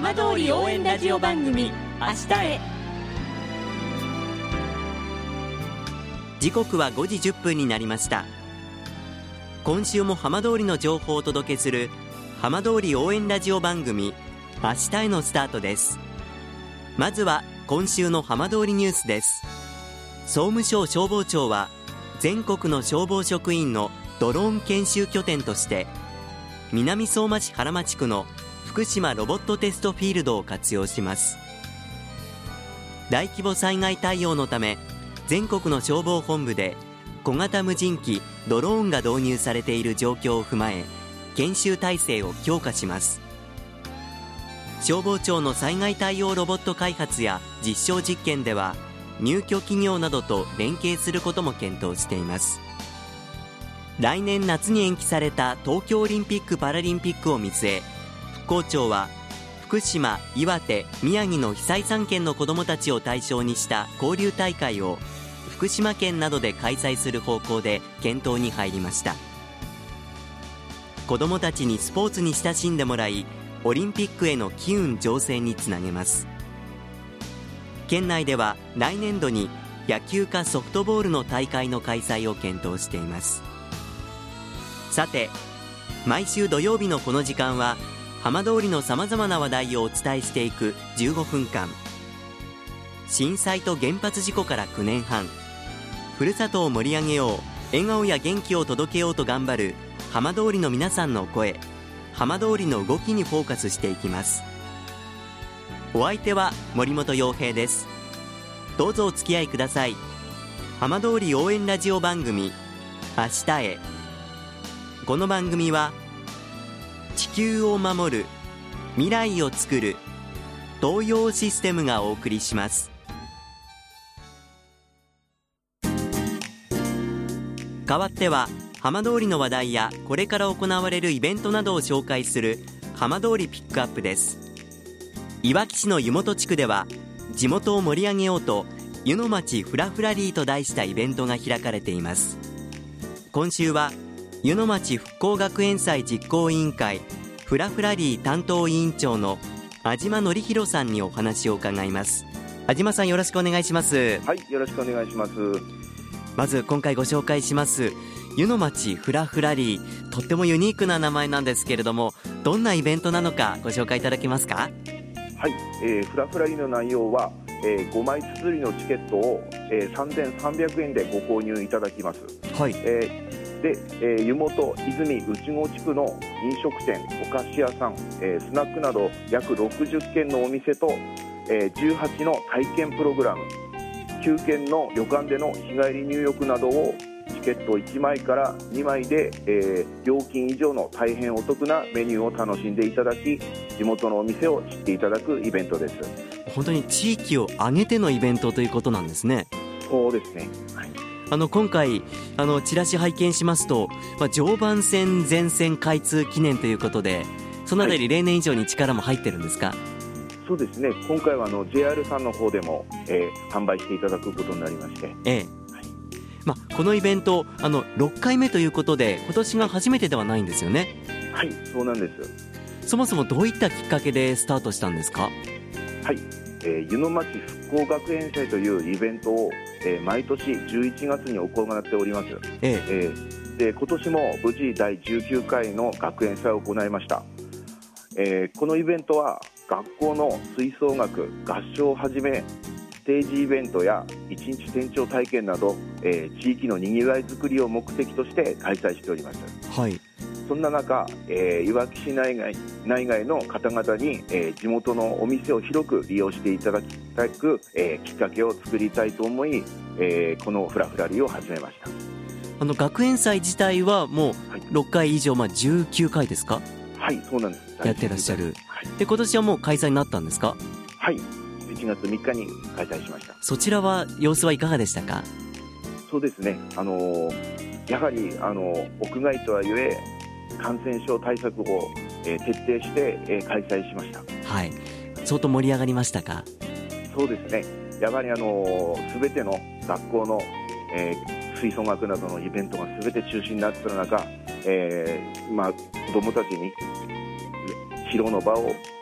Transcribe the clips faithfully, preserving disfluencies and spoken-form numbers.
浜通り応援ラジオ番組明日へ。 時刻はごじじゅっぷんになりました。今週も浜通りの情報をお届けする浜通り応援ラジオ番組明日へのスタートです。まずは今週の浜通りニュースです。総務省消防庁は全国の消防職員のドローン研修拠点として南相馬市原町区の福島ロボットテストフィールドを活用します。大規模災害対応のため全国の消防本部で小型無人機ドローンが導入されている状況を踏まえ研修体制を強化します。消防庁の災害対応ロボット開発や実証実験では入居企業などと連携することも検討しています。来年夏に延期された東京オリンピック・パラリンピックを見据え、復興庁は福島、岩手、宮城の被災さん県の子どもたちを対象にした交流大会を福島県などで開催する方向で検討に入りました。子どもたちにスポーツに親しんでもらい、オリンピックへの機運醸成につなげます。県内では来年度に野球かソフトボールの大会の開催を検討しています。さて、毎週土曜日のこの時間は浜通りのさまざまな話題をお伝えしていくじゅうごふんかん。震災と原発事故からきゅうねんはん、ふるさとを盛り上げよう、笑顔や元気を届けようと頑張る浜通りの皆さんの声、浜通りの動きにフォーカスしていきます。お相手は森本洋平です。どうぞお付き合いください。浜通り応援ラジオ番組明日へ。この番組は地球を守る、未来をつくる東洋システムがお送りします。代わっては浜通りの話題やこれから行われるイベントなどを紹介する浜通りピックアップです。いわき市の湯本地区では地元を盛り上げようと湯の町フラフラリーと題したイベントが開かれています。今週は湯の町復興学園祭実行委員会フラフラリー担当委員長の安島則弘さんにお話を伺います。安島さん、よろしくお願いします。 はい、よろしくお願いします。 まず今回ご紹介します湯の町フラフラリー、とってもユニークな名前なんですけれども、どんなイベントなのかご紹介いただけますか？ はい、えー、フラフラリーの内容は、えー、ごまい綴りのチケットを、えー、さんぜんさんびゃくえんでご購入いただきます。はい、えーで、えー、湯本泉内郷地区の飲食店、お菓子屋さん、えー、スナックなど約ろくじゅっけんのお店と、えー、じゅうはちの体験プログラム、きゅうけんの旅館での日帰り入浴などをチケットいちまいからにまいで、えー、料金以上の大変お得なメニューを楽しんでいただき、地元のお店を知っていただくイベントです。 本当に地域を挙げてのイベントということなんですね。 そうですね、はい。 あの今回あのチラシ拝見しますと、まあ、常磐線全線開通記念ということで、そのあたり例年以上に力も入ってるんですか？はい、 そうですね、今回はあの ジェイアール さんの方でも、えー、販売していただくことになりまして、ええ、はい、 まあ、このイベントあのろっかいめということで今年が初めてではないんですよね。 はい、そうなんです。 そもそもどういったきっかけでスタートしたんですか？ はい、えー、湯の町復興学園祭というイベントを、えー、毎年じゅういちがつに行っております。えええー、で今年も無事だいじゅうきゅうかいの学園祭を行いました。えー、このイベントは学校の吹奏楽、合唱をはじめステージイベントや一日店長体験など、えー、地域のにぎわいづくりを目的として開催しております。はい、そんな中、えー、いわき市内外、内外の方々に、えー、地元のお店を広く利用していただきたく、えー、きっかけを作りたいと思い、えー、このフラフラリーを始めました。 あの学園祭自体はもうろっかい以上、まあ、じゅうきゅうかいですか？ はい、そうなんです。 やってらっしゃる。はい、で今年はもう開催になったんですか？ はい、いちがつみっかに開催しました。 そちらは様子はいかがでしたか？ そうですね、あのー、やはり、あのー、屋外とはいえ感染症対策を、えー、徹底して、えー、開催しました。はい、 相当盛り上がりましたか？ そうですね、やはり、あのー、全ての学校の、えー、吹奏楽などのイベントが全て中止になっている中、えーまあ、子どもたちに披露の場を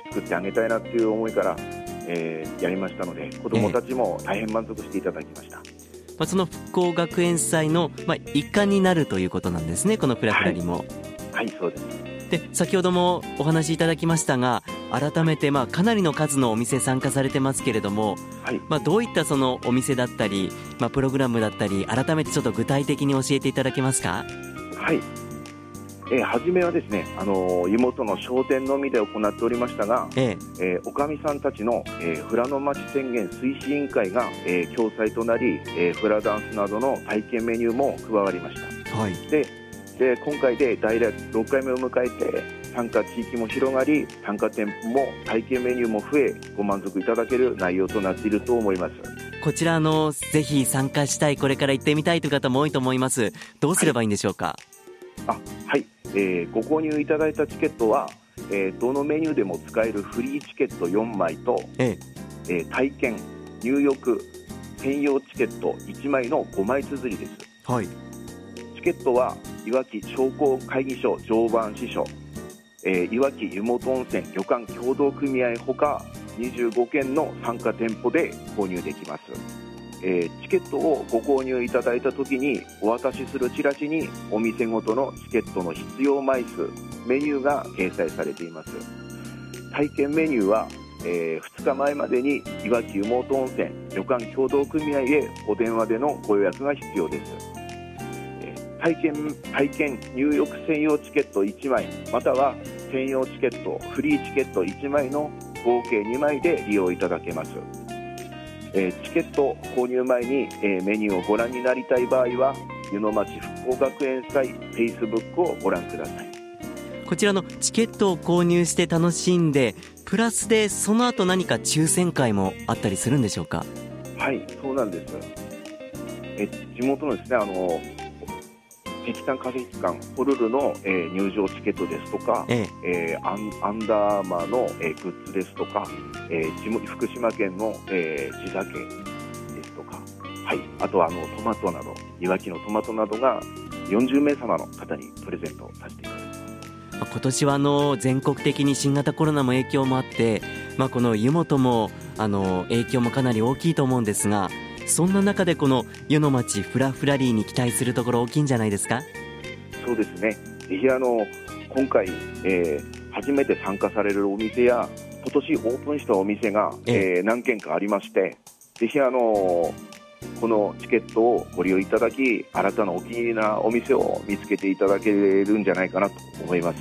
作ってあげたいなっていう思いから、えー、やりましたので、子どもたちも大変満足していただきました。えーまあ、その復興学園祭の、まあ、一環になるということなんですね、このフラフラリも。 はい、はい、そうです。 で、先ほどもお話しいただきましたが、改めてまあかなりの数のお店参加されてますけれども、はい、まあ、どういったそのお店だったり、まあ、プログラムだったり、改めてちょっと具体的に教えていただけますか。 はい、えー、初めはですね、あのー、湯本の商店のみで行っておりましたが、えええー、おかみさんたちの、えー、フラの町宣言推進委員会が、えー、共催となり、えー、フラダンスなどの体験メニューも加わりました。はい、でで今回でだいろっかいめを迎えて、参加地域も広がり、参加店舗も体験メニューも増え、ご満足いただける内容となっていると思います。 こちらのぜひ参加したい、これから行ってみたいという方も多いと思います。どうすればいいんでしょうか。 はい、あはい、えー、ご購入いただいたチケットは、えー、どのメニューでも使えるフリーチケットよんまいと、えええー、体験、入浴、専用チケットいちまいのごまい綴りです。はい、チケットはいわき商工会議所常磐支所、えー、いわき湯本温泉旅館協同組合ほかにじゅうごけんの参加店舗で購入できます。えー、チケットをご購入いただいたときにお渡しするチラシにお店ごとのチケットの必要枚数、メニューが掲載されています。体験メニューは、えー、ふつかまえまでにいわき湯本温泉旅館協同組合へお電話でのご予約が必要です。体験、体験入浴専用チケットいちまい、または専用チケットフリーチケットいちまいの合計にまいで利用いただけます。えー、チケット購入前に、えー、メニューをご覧になりたい場合は湯の町復興学園祭 Facebook をご覧ください。 こちらのチケットを購入して楽しんで、プラスでその後何か抽選会もあったりするんでしょうか。 はい、そうなんです。え地元のですね、あの石炭化石館ホルルの、えー、入場チケットですとか、えええー、ア, ンアンダーマの、えー、グッズですとか、えー、福島県の、えー、地酒ですとか、はい、あとはあのトマトなど、いわきのトマトなどがよんじゅうめいさまの方にプレゼントさせていただきます。 今年はあの全国的に新型コロナも影響もあって、まあ、この湯本もあの影響もかなり大きいと思うんですが、そんな中でこの湯の町フラフラリーに期待するところ大きいんじゃないですか。 そうですね、ぜひあの今回、えー、初めて参加されるお店や今年オープンしたお店が、ええー、何軒かありまして、ぜひあのこのチケットをご利用いただき、新たなお気に入りなお店を見つけていただけるんじゃないかなと思います。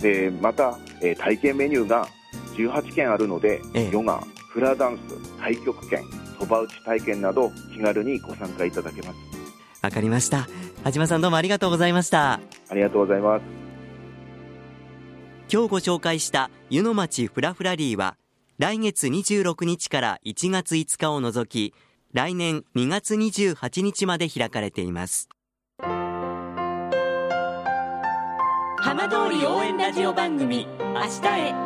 でまた、えー、体験メニューがじゅうはちけんあるので、ええ、ヨガ、フラダンス、太極拳、そば打ち体験など気軽にご参加いただけます。 わかりました。羽島さん、どうもありがとうございました。 ありがとうございます。 今日ご紹介した湯の町フラフラリーは来月にじゅうろくにちからいちがついつかを除き、来年にがつにじゅうはちにちまで開かれています。 浜通り応援ラジオ番組、明日へ。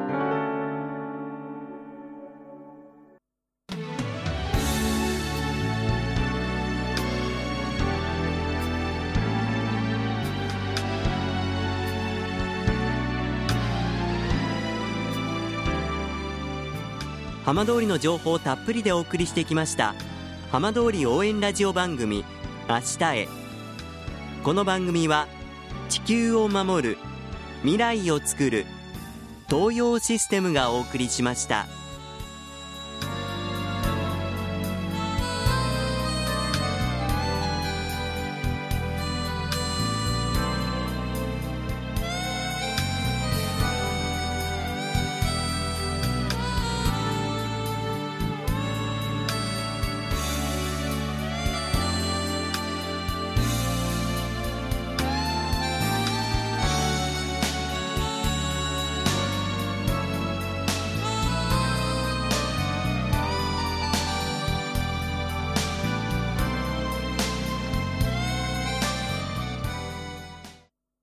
浜通りの情報をたっぷりでお送りしてきました浜通り応援ラジオ番組、明日へ。この番組は地球を守る、未来をつくる東洋システムがお送りしました。